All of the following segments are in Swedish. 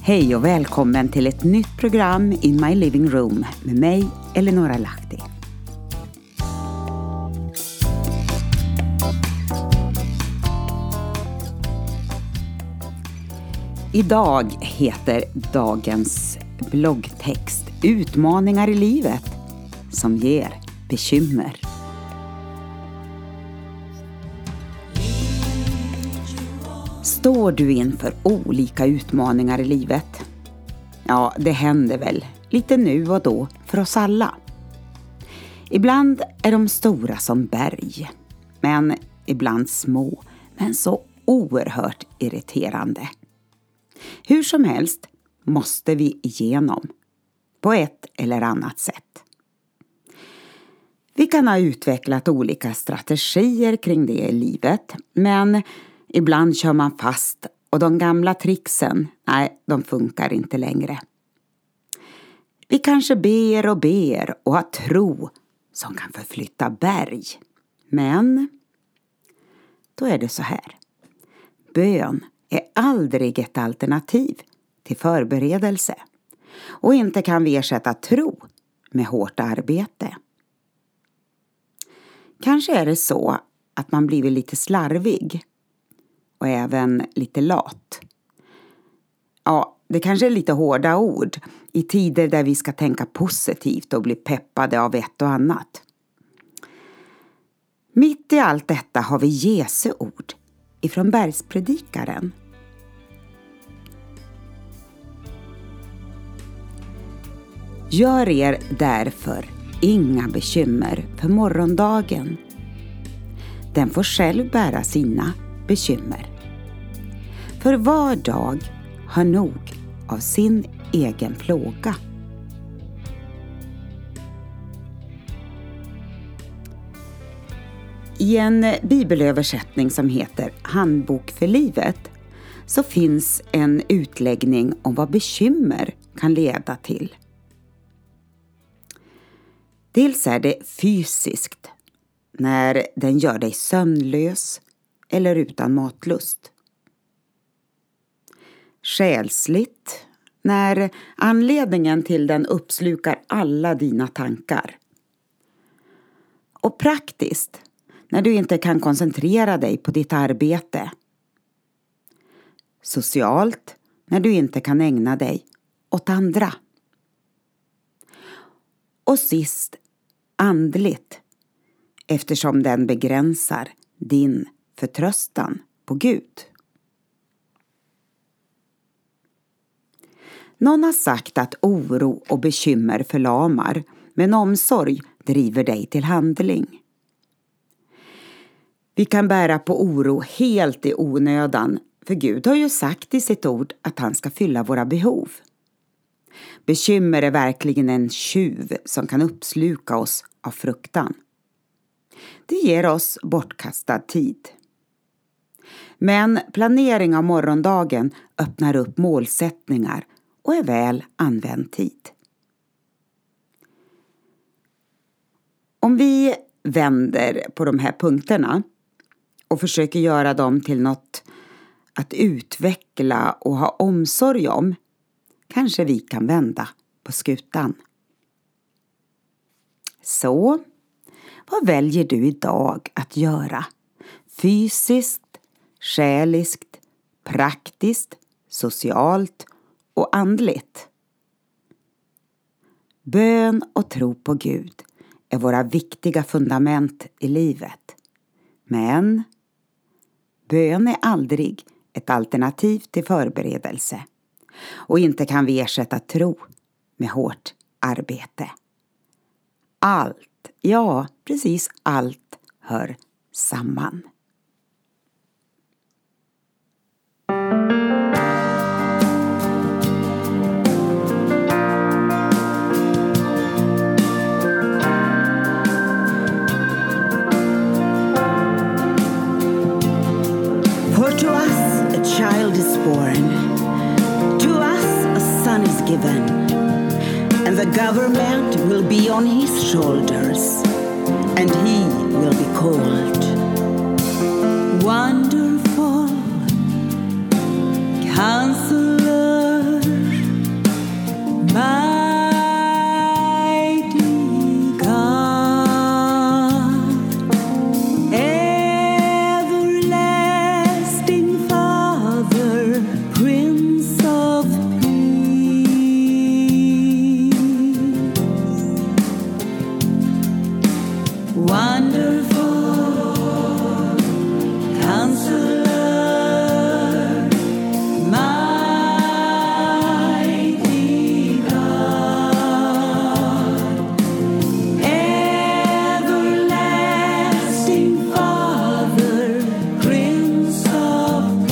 Hej och välkommen till ett nytt program In My Living Room med mig, Eleonora Lahti. Idag heter dagens bloggtext Utmaningar i livet som ger bekymmer. Står du inför olika utmaningar i livet? Ja, det händer väl lite nu och då för oss alla. Ibland är de stora som berg, men ibland små, men så oerhört irriterande. Hur som helst måste vi igenom på ett eller annat sätt. Vi kan ha utvecklat olika strategier kring det i livet, men ibland kör man fast och de gamla tricksen, de funkar inte längre. Vi kanske ber och har tro som kan förflytta berg. Men då är det så här. Bön är aldrig ett alternativ till förberedelse. Och inte kan vi ersätta tro med hårt arbete. Kanske är det så att man blivit lite slarvig. Och även lite lat. Ja, det kanske är lite hårda ord i tider där vi ska tänka positivt och bli peppade av ett och annat. Mitt i allt detta har vi Jesu ord ifrån Bergspredikaren. Gör er därför inga bekymmer för morgondagen. Den får själv bära sina bekymmer. För var dag har nog av sin egen plåga. I en bibelöversättning som heter Handbok för livet så finns en utläggning om vad bekymmer kan leda till. Dels är det fysiskt när den gör dig sömnlös eller utan matlust. Själsligt när anledningen till den uppslukar alla dina tankar. Och praktiskt när du inte kan koncentrera dig på ditt arbete. Socialt när du inte kan ägna dig åt andra. Och sist andligt eftersom den begränsar din förtröstan på Gud. Någon har sagt att oro och bekymmer förlamar, men omsorg driver dig till handling. Vi kan bära på oro helt i onödan, för Gud har ju sagt i sitt ord att han ska fylla våra behov. Bekymmer är verkligen en tjuv som kan uppsluka oss av fruktan. Det ger oss bortkastad tid. Men planering av morgondagen öppnar upp målsättningar och är väl använd tid. Om vi vänder på de här punkterna och försöker göra dem till något att utveckla och ha omsorg om, kanske vi kan vända på skutan. Så, vad väljer du idag att göra? Fysiskt, själiskt, praktiskt, socialt och andligt. Bön och tro på Gud är våra viktiga fundament i livet. Men bön är aldrig ett alternativ till förberedelse. Och inte kan vi ersätta tro med hårt arbete. Allt, ja precis allt hör samman. For to us a child is born, to us a son is given, and the government will be on his shoulders, and he will be called Wonderful Counselor, Wonderful Counselor, mighty God, everlasting Father, Prince of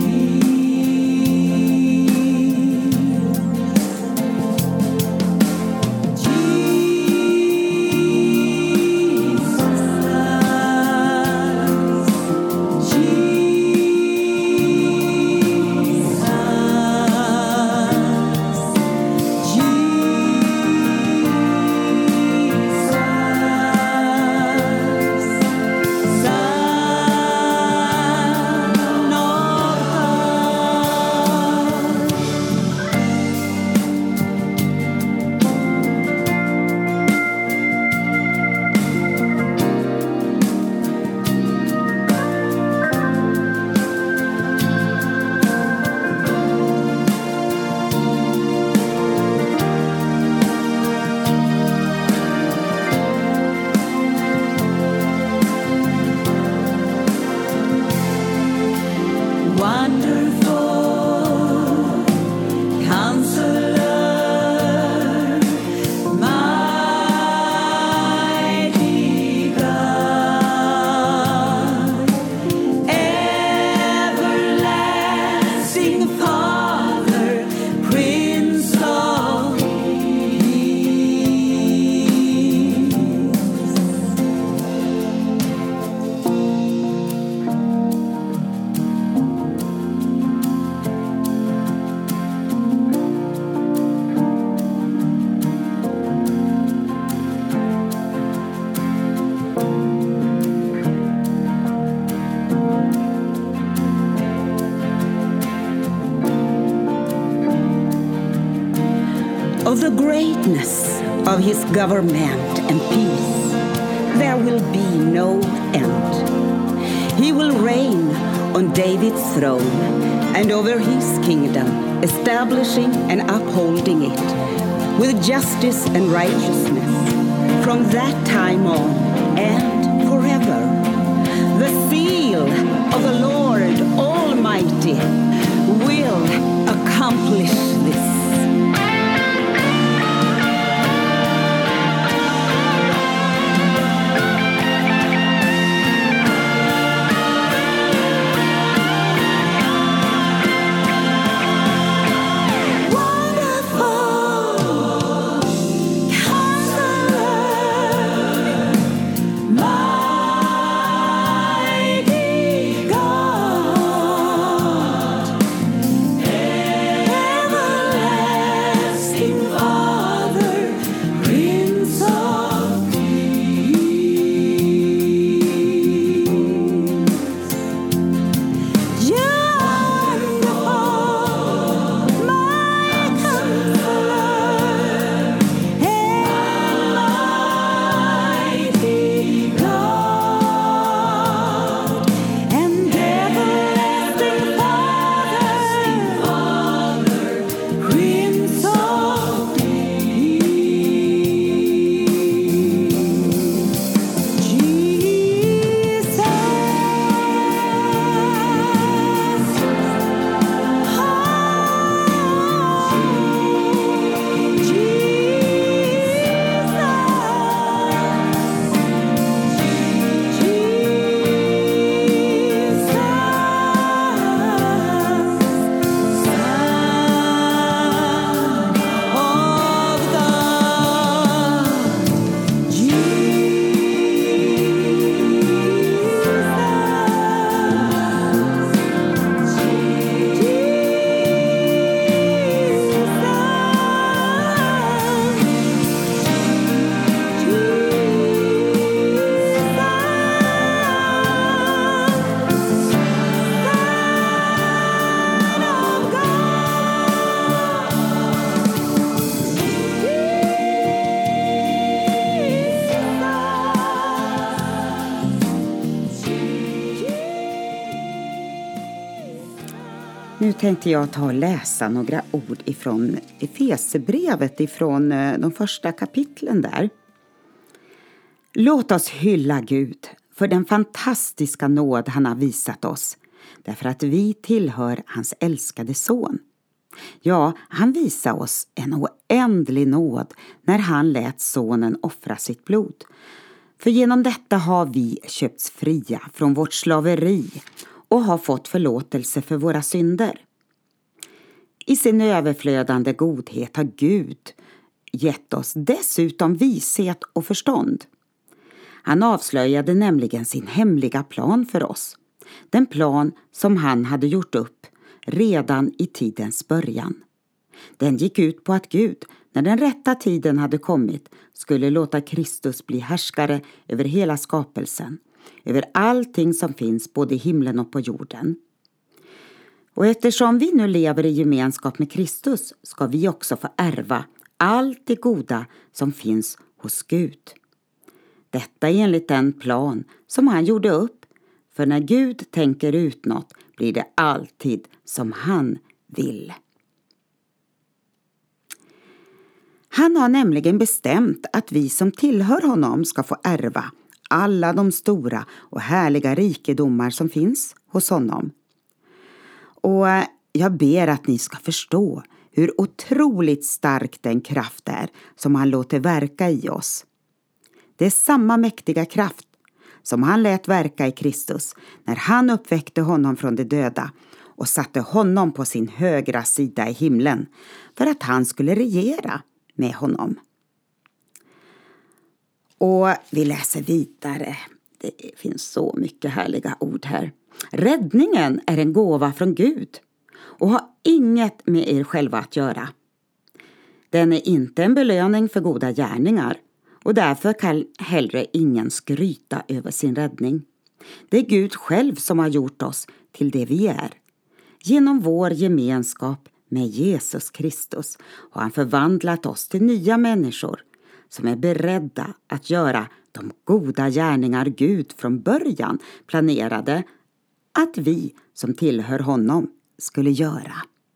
of the greatness of his government and peace, there will be no end. He will reign on David's throne and over his kingdom, establishing and upholding it with justice and righteousness from that time on and forever. The seal of the Lord Almighty will accomplish this. Nu tänkte jag ta och läsa några ord ifrån Efesierbrevet, ifrån de första kapitlen där. Låt oss hylla Gud för den fantastiska nåd han har visat oss, därför att vi tillhör hans älskade son. Ja, han visade oss en oändlig nåd när han lät sonen offra sitt blod. För genom detta har vi köpts fria från vårt slaveri och har fått förlåtelse för våra synder. I sin överflödande godhet har Gud gett oss dessutom vishet och förstånd. Han avslöjade nämligen sin hemliga plan för oss. Den plan som han hade gjort upp redan i tidens början. Den gick ut på att Gud, när den rätta tiden hade kommit, skulle låta Kristus bli härskare över hela skapelsen, över allting som finns både i himlen och på jorden. Och eftersom vi nu lever i gemenskap med Kristus ska vi också få ärva allt det goda som finns hos Gud. Detta är enligt den plan som han gjorde upp, för när Gud tänker ut något blir det alltid som han vill. Han har nämligen bestämt att vi som tillhör honom ska få ärva alla de stora och härliga rikedomar som finns hos honom. Och jag ber att ni ska förstå hur otroligt stark den kraft är som han låter verka i oss. Det är samma mäktiga kraft som han lät verka i Kristus när han uppväckte honom från de döda och satte honom på sin högra sida i himlen för att han skulle regera med honom. Och vi läser vidare. Det finns så mycket härliga ord här. Räddningen är en gåva från Gud och har inget med er själva att göra. Den är inte en belöning för goda gärningar och därför kan hellre ingen skryta över sin räddning. Det är Gud själv som har gjort oss till det vi är. Genom vår gemenskap med Jesus Kristus har han förvandlat oss till nya människor som är beredda att göra de goda gärningar Gud från början planerade att vi som tillhör honom skulle göra.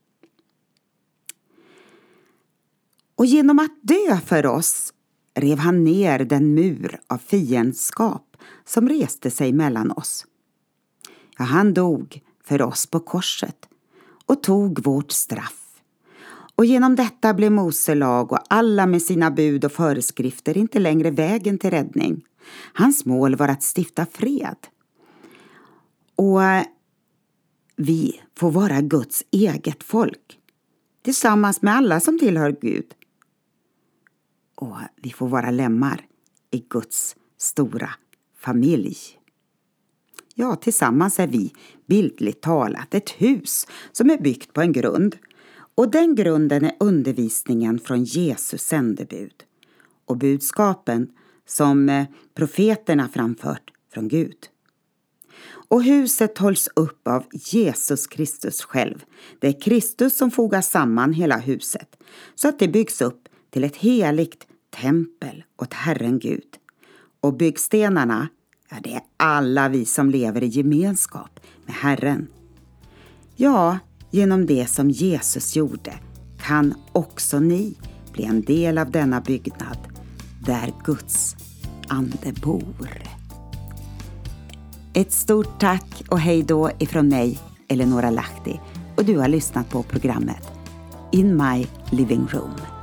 Och genom att dö för oss rev han ner den mur av fiendskap som reste sig mellan oss. Ja, han dog för oss på korset och tog vårt straff. Och genom detta blev Mose lag och alla med sina bud och föreskrifter inte längre vägen till räddning. Hans mål var att stifta fred. Och vi får vara Guds eget folk tillsammans med alla som tillhör Gud. Och vi får vara lemmar i Guds stora familj. Ja, tillsammans är vi bildligt talat ett hus som är byggt på en grund. Och den grunden är undervisningen från Jesus sändebud och budskapen som profeterna framfört från Gud. Och huset hålls upp av Jesus Kristus själv. Det är Kristus som fogar samman hela huset så att det byggs upp till ett heligt tempel åt Herren Gud. Och byggstenarna, ja, det är alla vi som lever i gemenskap med Herren. Ja, genom det som Jesus gjorde kan också ni bli en del av denna byggnad där Guds ande bor. Ett stort tack och hej då ifrån mig, Eleonora Lahti, och du har lyssnat på programmet In My Living Room.